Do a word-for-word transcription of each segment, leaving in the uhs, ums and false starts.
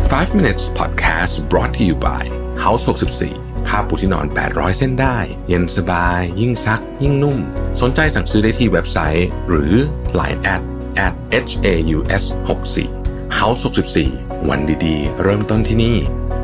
five minutes podcast brought to you by House หกสิบสี่ผ้าปูที่นอนแปดร้อยเส้นได้เย็นสบายยิ่งซักยิ่งนุ่มสนใจสั่งซื้อได้ที่เว็บไซต์หรือ ไลน์ แอท แอท เอช เอ ยู เอส หกสิบสี่ House หกสิบสี่วันดีๆเริ่มต้นที่นี่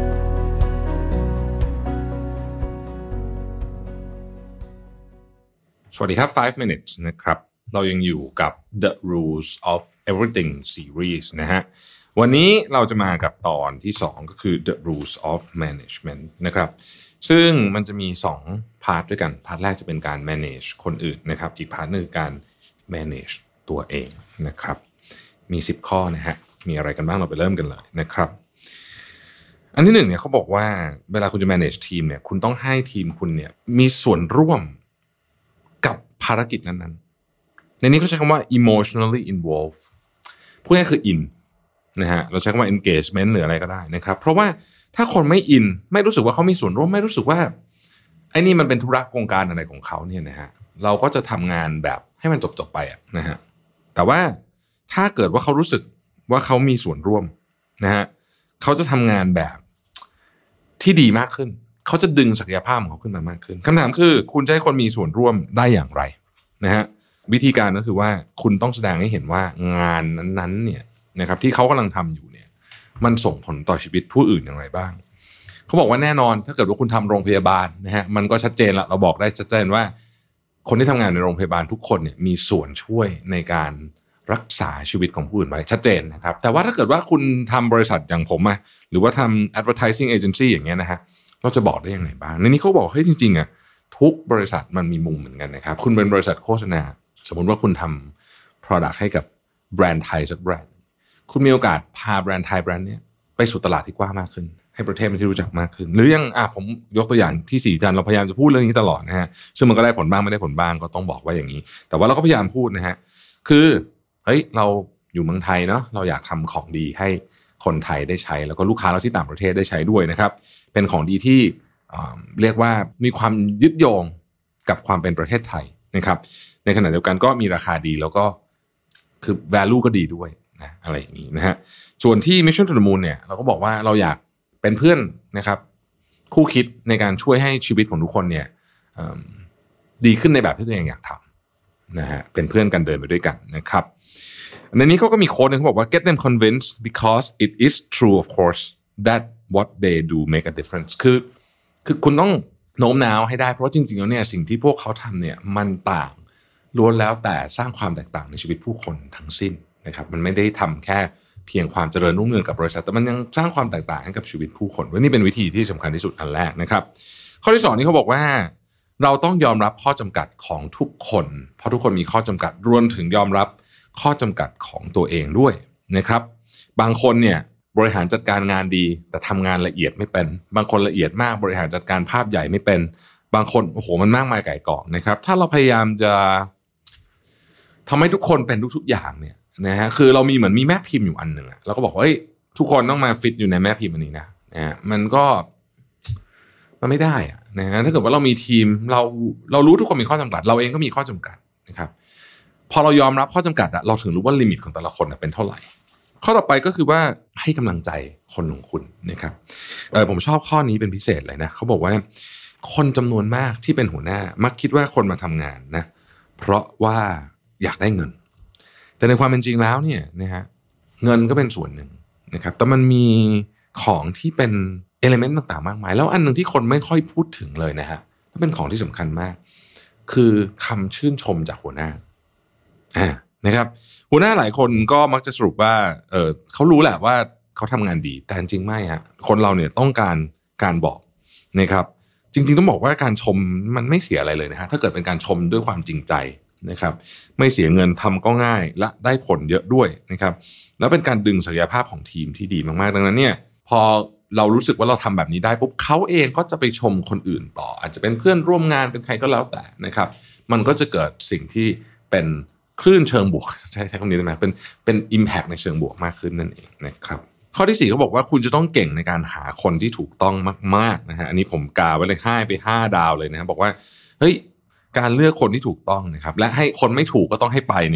สวัสดีครับfive minutes นะครับเรายังอยู่กับ The Rules of Everything Series นะฮะวันนี้เราจะมากับตอนที่สองก็คือ The Rules of Management นะครับซึ่งมันจะมีสองพาร์ทด้วยกันพาร์ทแรกจะเป็นการ manage คนอื่นนะครับอีกพาร์ทนึงคือการ manage ตัวเองนะครับมีสิบข้อนะฮะมีอะไรกันบ้างเราไปเริ่มกันเลยนะครับอันที่หนึ่งเนี่ยเขาบอกว่าเวลาคุณจะ manage ทีมเนี่ยคุณต้องให้ทีมคุณเนี่ยมีส่วนร่วมกับภารกิจนั้นๆในนี้เขาใช้คำว่า emotionally involved พูดง่ายๆคือ in นะฮะเราใช้คำว่า engagement หรืออะไรก็ได้นะครับเพราะว่าถ้าคนไม่ in ไม่รู้สึกว่าเขามีส่วนร่วมไม่รู้สึกว่าไอ้นี่มันเป็นธุระโครงการอะไรของเขาเนี่ยนะฮะเราก็จะทำงานแบบให้มันจบๆไปอ่ะนะฮะแต่ว่าถ้าเกิดว่าเขารู้สึกว่าเขามีส่วนร่วมนะฮะเขาจะทำงานแบบที่ดีมากขึ้นเขาจะดึงศักยภาพของเขาขึ้นมามากขึ้นคำถามคือคุณจะให้คนมีส่วนร่วมได้อย่างไรนะฮะวิธีการก็คือว่าคุณต้องแสดงให้เห็นว่างานนั้นๆเนี่ยนะครับที่เขากำลังทำอยู่เนี่ยมันส่งผลต่อชีวิตผู้อื่นอย่างไรบ้างเขาบอกว่าแน่นอนถ้าเกิดว่าคุณทำโรงพยาบาลนะฮะมันก็ชัดเจนละเราบอกได้ชัดเจนว่าคนที่ทำงานในโรงพยาบาลทุกคนเนี่ยมีส่วนช่วยในการรักษาชีวิตของผู้อื่นไว้ชัดเจนนะครับแต่ว่าถ้าเกิดว่าคุณทำบริษัทอย่างผมอะหรือว่าทำ advertising agency อย่างเงี้ยนะฮะเราจะบอกได้ยังไงบ้างในนี้เขาบอกเฮ้ยจริงๆอ่ะทุกบริษัทมันมีมุมเหมือนกันนะครับคุณเป็นบริษัทโฆษณาสมมติว่าคุณทำ product ให้กับแบรนด์ไทยสักแบรนด์คุณมีโอกาสพาแบรนด์ไทยแบรนด์เนี้ยไปสู่ตลาดที่กว้างมากขึ้นให้ประเทศมันที่รู้จักมากขึ้นหรือยังอ่ะผมยกตัวอย่างที่สีจันทร์เราพยายามจะพูดเรื่องนี้ตลอดนะฮะซึ่งมันก็ได้ผลบ้างไม่ได้ผลบ้างก็ต้องบอกว่าอย่างนี้แต่ว่าเราก็พยายามพูดนะฮะคือเฮ้ยเราอยู่เมืองไทยเนาะเราอยากทำของดีให้คนไทยได้ใช้แล้วก็ลูกค้าเราที่ต่างประเทศได้ใช้ด้วยนะครับเป็นของดีที่เรียกว่ามีความยึดโยงกับความเป็นประเทศไทยนะครับในขณะเดียวกันก็มีราคาดีแล้วก็คือ value ก็ดีด้วยนะอะไรอย่างนี้นะฮะส่วนที่ Mission to the Moon เนี่ยเราก็บอกว่าเราอยากเป็นเพื่อนนะครับคู่คิดในการช่วยให้ชีวิตของทุกคนเนี่ยดีขึ้นในแบบที่ตัวเองอยากทำนะฮะเป็นเพื่อนกันเดินไปด้วยกันนะครับในนี้เขาก็มีโค้ดนึงเขาบอกว่า get them convinced because it is true of course that what they do make a difference คือคือคุณต้องโน้มน้าวให้ได้เพราะจริงๆแล้วเนี่ยสิ่งที่พวกเขาทำเนี่ยมันต่างล้วนแล้วแต่สร้างความแตกต่างในชีวิตผู้คนทั้งสิ้นนะครับมันไม่ได้ทำแค่เพียงความเจริญรุ่งเรืองกับบริษัทแต่มันยังสร้างความแตกต่างให้กับชีวิตผู้คนว่านี่เป็นวิธีที่สำคัญที่สุดอันแรกนะครับข้อที่สองนี่เขาบอกว่าเราต้องยอมรับข้อจำกัดของทุกคนเพราะทุกคนมีข้อจำกัดรวมถึงยอมรับข้อจำกัดของตัวเองด้วยนะครับบางคนเนี่ยบริหารจัดการงานดีแต่ทำงานละเอียดไม่เป็นบางคนละเอียดมากบริหารจัดการภาพใหญ่ไม่เป็นบางคนโอ้โหมันมากมายไก่กองนะครับถ้าเราพยายามจะทำให้ทุกคนเป็นทุกๆอย่างเนี่ยนะฮะคือเรามีเหมือนมีแม่พิมพ์อยู่อันหนึ่งอะเราก็บอกว่าเฮ้ยทุกคนต้องมาฟิตอยู่ในแม่พิมพ์อันนี้นะนะฮะมันก็มันไม่ได้อะนะฮะถ้าเกิดว่าเรามีทีมเราเรารู้ทุกคนมีข้อจำกัดเราเองก็มีข้อจำกัดนะครับพอเรายอมรับข้อจำกัดอะเราถึงรู้ว่าลิมิตของแต่ละคนเป็นเท่าไหร่ข้อต่อไปก็คือว่าให้กำลังใจคนของคุณนะครับเออผมชอบข้อนี้เป็นพิเศษเลยนะเขาบอกว่าคนจำนวนมากที่เป็นหัวหน้ามักคิดว่าคนมาทำงานนะเพราะว่าอยากได้เงินแต่ในความเป็นจริงแล้วเนี่ยนะฮะเงินก็เป็นส่วนหนึ่งนะครับแต่มันมีของที่เป็นเอลิเมนต์ต่างๆมากมายแล้วอันนึงที่คนไม่ค่อยพูดถึงเลยนะฮะและเป็นของที่สำคัญมากคือคำชื่นชมจากหัวหน้าอ่านะครับหัวหน้าหลายคนก็มักจะสรุปว่าเออเขารู้แหละว่าเขาทำงานดีแต่จริงไม่ฮะคนเราเนี่ยต้องการการบอกนะครับจริงๆต้องบอกว่าการชมมันไม่เสียอะไรเลยนะฮะถ้าเกิดเป็นการชมด้วยความจริงใจนะครับไม่เสียเงินทำก็ง่ายและได้ผลเยอะด้วยนะครับแล้วเป็นการดึงศักยภาพของทีมที่ดีมากๆดังนั้นเนี่ยพอเรารู้สึกว่าเราทำแบบนี้ได้ปุ๊บเขาเองก็จะไปชมคนอื่นต่ออาจจะเป็นเพื่อนร่วมงานเป็นใครก็แล้วแต่นะครับมันก็จะเกิดสิ่งที่เป็นคลื่นเชิงบวกใช้ใช้คำนี้ได้ไหมเป็นเป็น impact ในเชิงบวกมากขึ้นนั่นเองนะครับข้อที่สี่เขาบอกว่าคุณจะต้องเก่งในการหาคนที่ถูกต้องมากๆนะฮะอันนี้ผมกาไว้เลยให้ไปห้าดาวเลยนะครับบอกว่าเฮ้ยการเลือกคนที่ถูกต้องนะครับและให้คนไม่ถูกก็ต้องให้ไปเนี่ย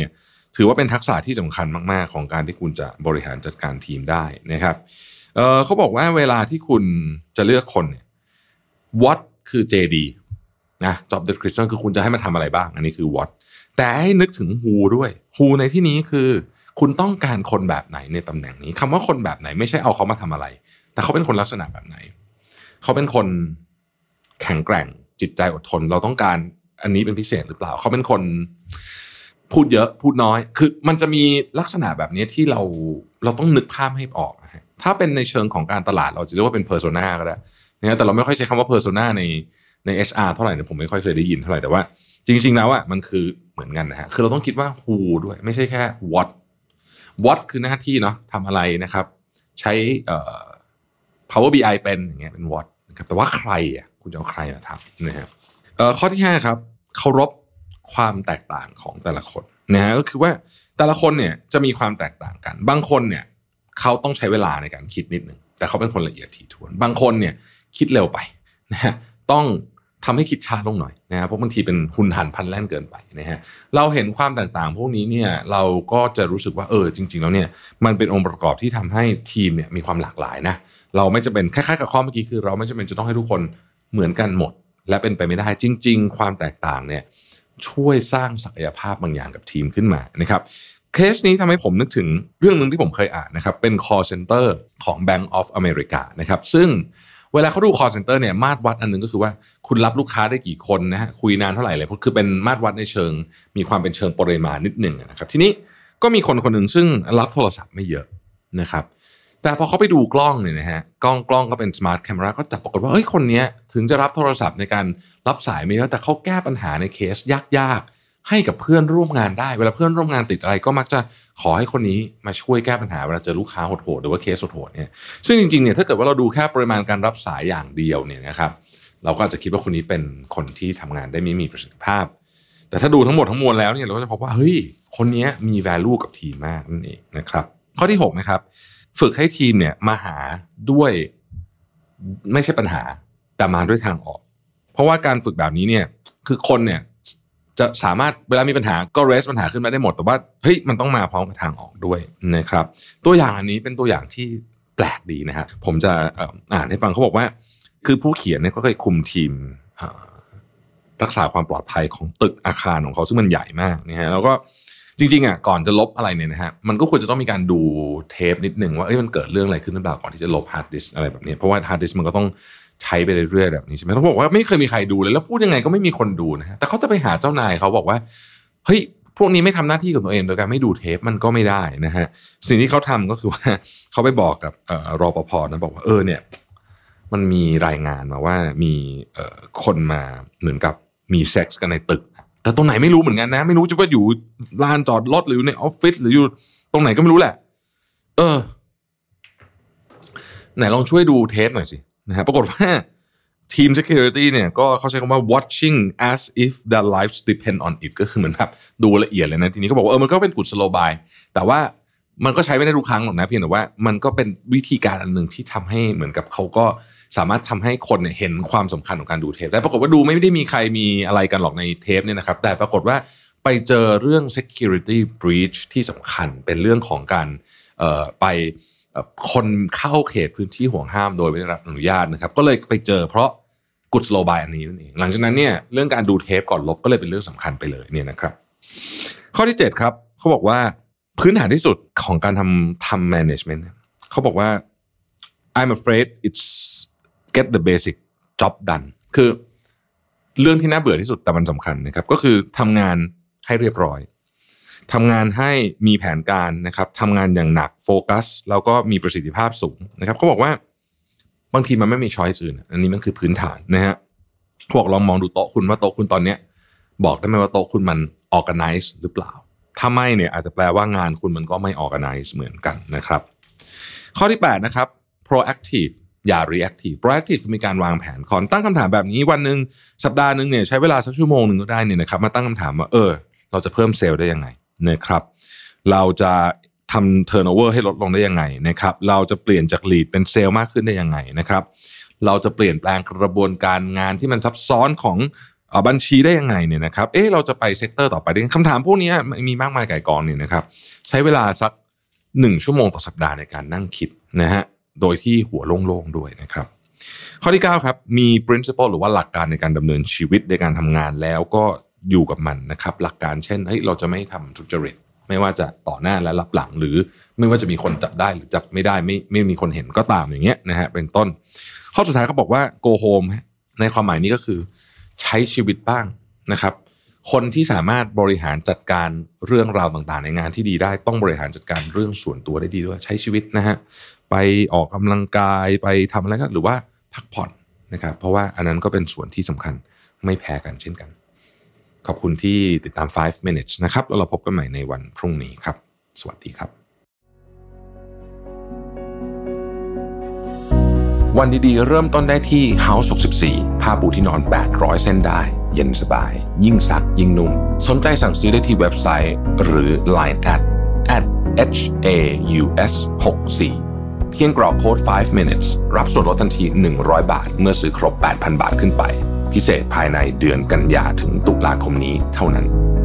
ถือว่าเป็นทักษะที่สำคัญมากๆของการที่คุณจะบริหารจัดการทีมได้นะครับเอ่อเขาบอกว่าเวลาที่คุณจะเลือกคนเนี่ย what คือ เจ ดี นะ job description คือคุณจะให้มันทำอะไรบ้างอันนี้คือ what แต่ให้นึกถึง who ด้วย who ในที่นี้คือคุณต้องการคนแบบไหนในตำแหน่งนี้คำว่าคนแบบไหนไม่ใช่เอาเขามาทำอะไรแต่เขาเป็นคนลักษณะแบบไหนเขาเป็นคนแข็งแกร่งจิตใจอดทนเราต้องการอันนี้เป็นพิเศษหรือเปล่าเขาเป็นคนพูดเยอะพูดน้อยคือมันจะมีลักษณะแบบนี้ที่เราเราต้องนึกภาพให้ออกนะฮะถ้าเป็นในเชิงของการตลาดเราจะเรียกว่าเป็น persona ก็ได้นะแต่เราไม่ค่อยใช้คำว่า persona ในใน เอช อาร์ เท่าไหร่เนี่ยผมไม่ค่อยเคยได้ยินเท่าไหร่แต่ว่าจริงๆแล้วอ่ะมันคือเหมือนกันนะฮะคือเราต้องคิดว่า who ด้วยไม่ใช่แค่ what what คือหน้าที่เนาะทำอะไรนะครับใช้เอ่อ Power บี ไอ เป็นอย่างเงี้ยเป็น what นะครับแต่ว่าใครอ่ะคุณจะเอาใครมาทำนะฮะเอ่อข้อที่ห้าครับเคารพความแตกต่างของแต่ละคนนะฮะก็คือว่าแต่ละคนเนี่ยจะมีความแตกต่างกันบางคนเนี่ยเขาต้องใช้เวลาในการคิดนิดนึงแต่เขาเป็นคนละเอียดถี่ถ้วนบางคนเนี่ยคิดเร็วไปนะฮะต้องทำให้คิดช้าลงหน่อยนะฮะเพราะบางทีเป็นหุนหันพลันแล่นเกินไปนะฮะเราเห็นความแตกต่างพวกนี้เนี่ยเราก็จะรู้สึกว่าเออจริงๆแล้วเนี่ยมันเป็นองค์ประกอบที่ทำให้ทีมเนี่ยมีความหลากหลายนะเราไม่จะเป็นคล้ายๆกับข้อเมื่อกี้คือเราไม่จำเป็นจะต้องให้ทุกคนเหมือนกันหมดและเป็นไปไม่ได้จริงๆความแตกต่างเนี่ยช่วยสร้างศักยภาพบางอย่างกับทีมขึ้นมานะครับเคสนี้ทำให้ผมนึกถึงเรื่องนึงที่ผมเคยอ่านนะครับเป็น call center ของ Bank of America นะครับซึ่งเวลาเขาดู call center เนี่ยมาตรวัดอันนึงก็คือว่าคุณรับลูกค้าได้กี่คนนะฮะคุยนานเท่าไหร่เลยคือเป็นมาตรวัดในเชิงมีความเป็นเชิงปริมาณนิดหนึ่งนะครับทีนี้ก็มีคนคนหนึ่งซึ่งรับโทรศัพท์ไม่เยอะนะครับแต่พอเขาไปดูกล้องเนี่ยนะฮะกล้องกล้องก็เป็น smart camera ก็จับปรากฏว่าเฮ้ยคนนี้ถึงจะรับโทรศัพท์ในการรับสายไม่เยอะแต่เขาแก้ปัญหาในเคสยากๆให้กับเพื่อนร่วมงานได้เวลาเพื่อนร่วมงานติดอะไรก็มักจะขอให้คนนี้มาช่วยแก้ปัญหาเวลาเจอลูกค้าโหดๆหรือว่าเคสโหดๆเนี่ยซึ่งจริงๆเนี่ยถ้าเกิดว่าเราดูแค่ปริมาณการรับสายอย่างเดียวเนี่ยนะครับเราก็อาจจะคิดว่าคนนี้เป็นคนที่ทำงานได้ไม่มีประสิทธิภาพแต่ถ้าดูทั้งหมดทั้งมวลแล้วเนี่ยเราก็จะพบว่าเฮ้ยคนนี้มี value กับทีมมากนั่นเองนะครับข้อที่หกนะครับฝึกให้ทีมเนี่ยมาหาด้วยไม่ใช่ปัญหาแต่มาด้วยทางออกเพราะว่าการฝึกแบบนี้เนี่ยคือคนเนี่ยจะสามารถเวลามีปัญหาก็เรสปัญหาขึ้นมาได้หมดแต่ว่าเฮ้ยมันต้องมาพร้อมกับทางออกด้วยนะครับตัวอย่างอันนี้เป็นตัวอย่างที่แปลกดีนะฮะผมจะอ่านให้ฟังเขาบอกว่าคือผู้เขียนเนี่ยก็เคยคุมทีมรักษาความปลอดภัยของตึกอาคารของเขาซึ่งมันใหญ่มากนะฮะแล้วก็จริงๆอ่ะก่อนจะลบอะไรเนี่ยนะฮะมันก็ควรจะต้องมีการดูเทปนิดนึงว่าเอ้ยมันเกิดเรื่องอะไรขึ้นหรือเปล่าก่อนที่จะลบฮาร์ดดิสก์อะไรแบบนี้เพราะว่าฮาร์ดดิสก์มันก็ต้องใช้ไปเรื่อยๆแบบนี้ใช่ไหมต้องบอกว่าไม่เคยมีใครดูเลยแล้วพูดยังไงก็ไม่มีคนดูนะฮะแต่เขาจะไปหาเจ้านายเขาบอกว่าเฮ้ยพวกนี้ไม่ทำหน้าที่ของตัวเองโดยการไม่ดูเทปมันก็ไม่ได้นะฮะสิ่งที่เขาทำก็คือว่าเขาไปบอกกับเอ่อรปภนะบอกว่าเออเนี่ยมันมีรายงานมาว่ามีเอ่อคนมาเหมือนกับมีเซ็กส์กันในตึกแต่ตรงไหนไม่รู้เหมือนกันนะไม่รู้จะว่าอยู่ลานจอดรถหรืออยู่ในออฟฟิศหรืออยู่ตรงไหนก็ไม่รู้แหละเออไหนลองช่วยดูเทปหน่อยสินะฮะปรากฏว่าทีม security เนี่ยก็เขาใช้คำว่า watching as if their lives depend on it ก็คือเหมือนแบบดูละเอียดเลยนะทีนี้เขาบอกว่าเออมันก็เป็นกุศโลบายแต่ว่ามันก็ใช้ไม่ได้ทุกครั้งหรอกนะเพียงแต่ว่ามันก็เป็นวิธีการอันนึงที่ทำให้เหมือนกับเขาก็สามารถทำให้คนเนี่ยเห็นความสำคัญของการดูเทปแต่ปรากฏว่าดูไม่ได้มีใครมีอะไรกันหรอกในเทปเนี่ยนะครับแต่ปรากฏว่าไปเจอเรื่อง security breach ที่สำคัญเป็นเรื่องของการเอ่อไปคนเข้าเขตพื้นที่ห่วงห้ามโดยไม่ได้รับอนุญาตนะครับก็เลยไปเจอเพราะกุศโลบายอันนี้นั่นเองหลังจากนั้นเนี่ยเรื่องการดูเทปก่อนลบก็เลยเป็นเรื่องสำคัญไปเลยเนี่ยนะครับข้อที่เจ็ดครับเขาบอกว่าพื้นฐานที่สุดของการทำทำ management เขาบอกว่า I'm afraid it's get the basic job done คือเรื่องที่น่าเบื่อที่สุดแต่มันสำคัญนะครับก็คือทำงานให้เรียบร้อยทำงานให้มีแผนการนะครับทำงานอย่างหนักโฟกัสแล้วก็มีประสิทธิภาพสูงนะครับเขาบอกว่าบางทีมันไม่มีช้อยส์อื่นอันนี้มันคือพื้นฐานนะฮะเขาบอกลองมองดูโต๊ะคุณว่าโต๊ะคุณตอนเนี้ยบอกได้ไหมว่าโต๊ะคุณมัน organize หรือเปล่าถ้าไม่เนี่ยอาจจะแปลว่างานคุณมันก็ไม่ organize เหมือนกันนะครับข้อที่แปดนะครับ proactive อย่า reactive proactive คือมีการวางแผนก่อนตั้งคำถามแบบนี้วันนึงสัปดาห์นึงเนี่ยใช้เวลาสักชั่วโมงนึงก็ได้เนี่ยนะครับมาตั้งคำถามว่าเออเราจะเพิ่มเซลล์ได้ยังไงนะครับเราจะทำ turnover ให้ลดลงได้ยังไงนะครับเราจะเปลี่ยนจาก lead เป็นเซลล์มากขึ้นได้ยังไงนะครับเราจะเปลี่ยนแปลงกระบวนการงานที่มันซับซ้อนของเอ่อบัญชีได้ยังไงเนี่ยนะครับเอ๊ะเราจะไปเซกเตอร์ต่อไปได้คำถามพวกนี้มีมากมายไก่กองเนี่ยนะครับใช้เวลาสักหนึ่งชั่วโมงต่อสัปดาห์ในการนั่งคิดนะฮะโดยที่หัวโล่งๆด้วยนะครับข้อที่เก้าครับมี principle หรือว่าหลักการในการดำเนินชีวิตในการทำงานแล้วก็อยู่กับมันนะครับหลักการเช่นเฮ้ยเราจะไม่ทำทุจริตไม่ว่าจะต่อหน้าและรับหลังหรือไม่ว่าจะมีคนจับได้หรือจับไม่ได้ไม่ไม่มีคนเห็นก็ตามอย่างเงี้ยนะฮะเป็นต้นข้อสุดท้ายเขาบอกว่า go home ในความหมายนี้ก็คือใช้ชีวิตบ้างนะครับคนที่สามารถบริหารจัดการเรื่องราวต่างๆในงานที่ดีได้ต้องบริหารจัดการเรื่องส่วนตัวได้ดีด้วยใช้ชีวิตนะฮะไปออกกำลังกายไปทำอะไรก็หรือว่าพักผ่อนนะครับเพราะว่าอันนั้นก็เป็นส่วนที่สำคัญไม่แพ้กันเช่นกันขอบคุณที่ติดตามไฟว์ minutes นะครับแล้วเราพบกันใหม่ในวันพรุ่งนี้ครับสวัสดีครับวันดีๆเริ่มต้นได้ที่ House หกสิบสี่ผ้าปูที่นอนแปดร้อยเส้นได้เย็นสบายยิ่งซักยิ่งนุ่มสนใจสั่งซื้อได้ที่เว็บไซต์หรือ ไลน์ แอท แอท เอช เอ ยู เอส หกสิบสี่เพียงกรอกโค้ดไฟว์ minutes รับส่วนลดทันทีหนึ่งร้อยบาทเมื่อซื้อครบ แปดพัน บาทขึ้นไปพิเศษภายในเดือนกันยาถึงตุลาคมนี้เท่านั้น